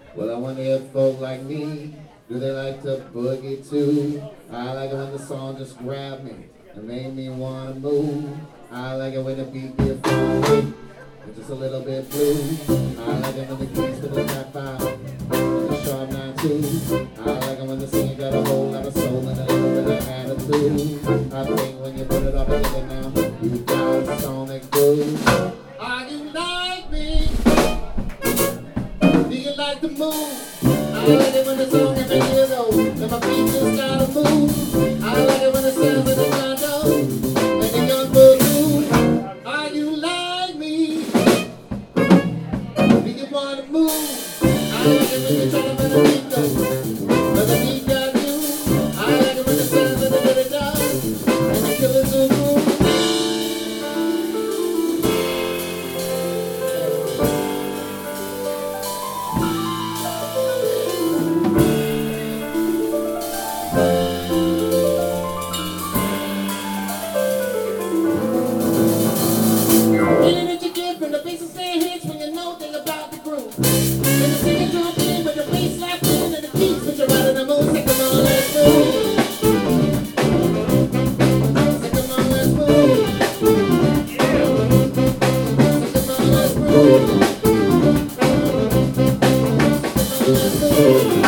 Well, I wonder if folk like me, do they like to boogie too? I like it when the song just grab me and make me wanna move. I like it when the beat get funky and just a little bit blue. I like it when the keys to the back five and the sharp 9-2. I like it when the singer got a whole lot of soul and a little bit of attitude. I think when you put it all together now, you got a sonic groove. Are you like me? Do you like to move? I like it when the song is a hero and my feet just gotta move. I like it when the sounds of the condo and the young boys move. Are you like me? Do you wanna move? I like it when you try to let the beat go, but the beat got you. I like it when the sounds of the dirty dog and the killers who move. Feeling that you get from the bass and snare hits when you know thing about the groove. And the singing jump in with the bass slapped in and the keys put you right in the mood. Say come on, let's move. Say come on, let's move. Say come on, let's move. Say come on, let's move.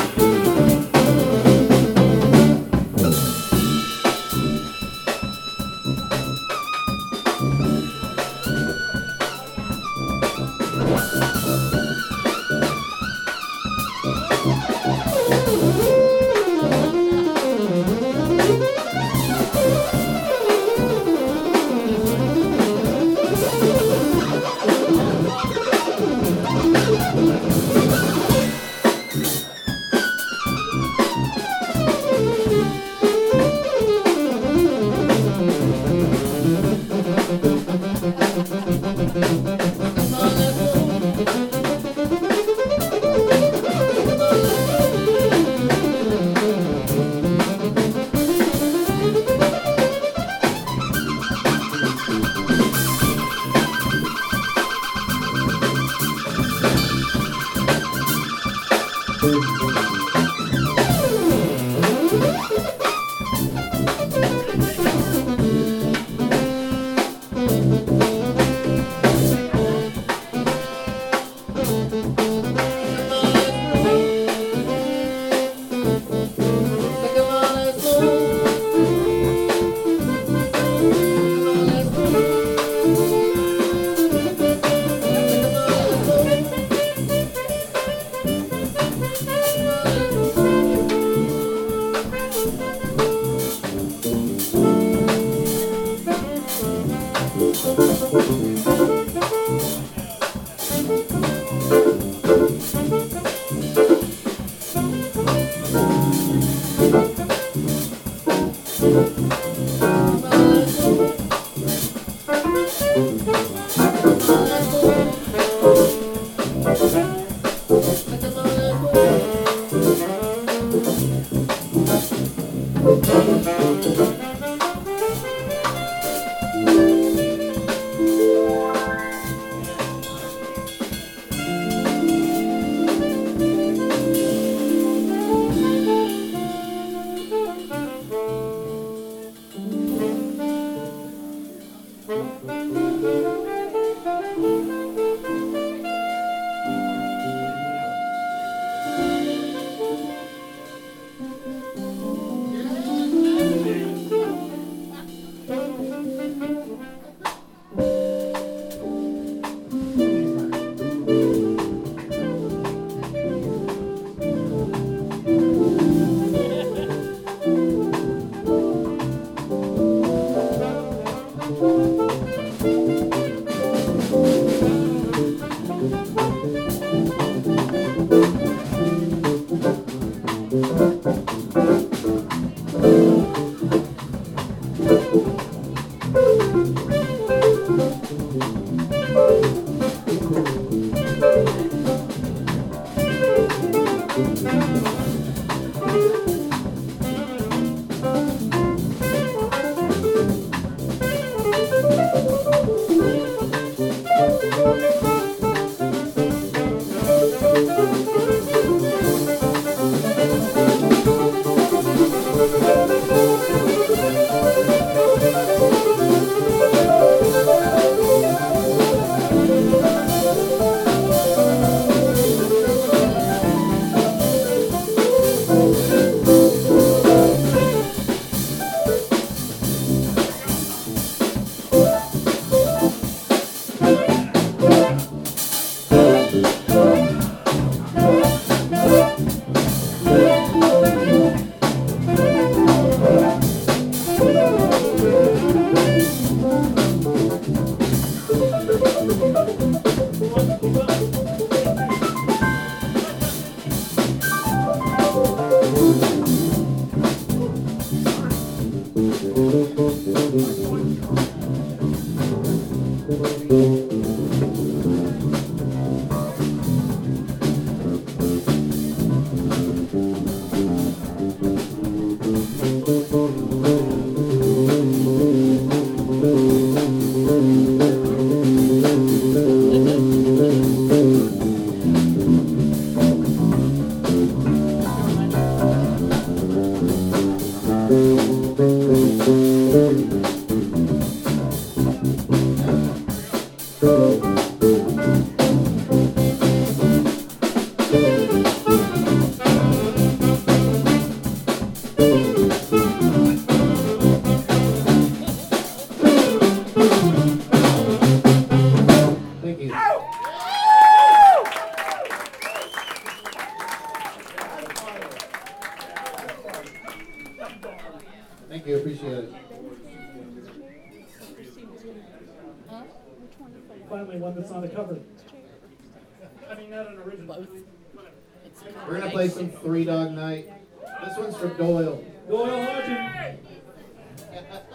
Finally, one that's on the cover. I mean, not an original. We're gonna play some Three Dog Night. This one's for Doyle. Doyle Hodgson.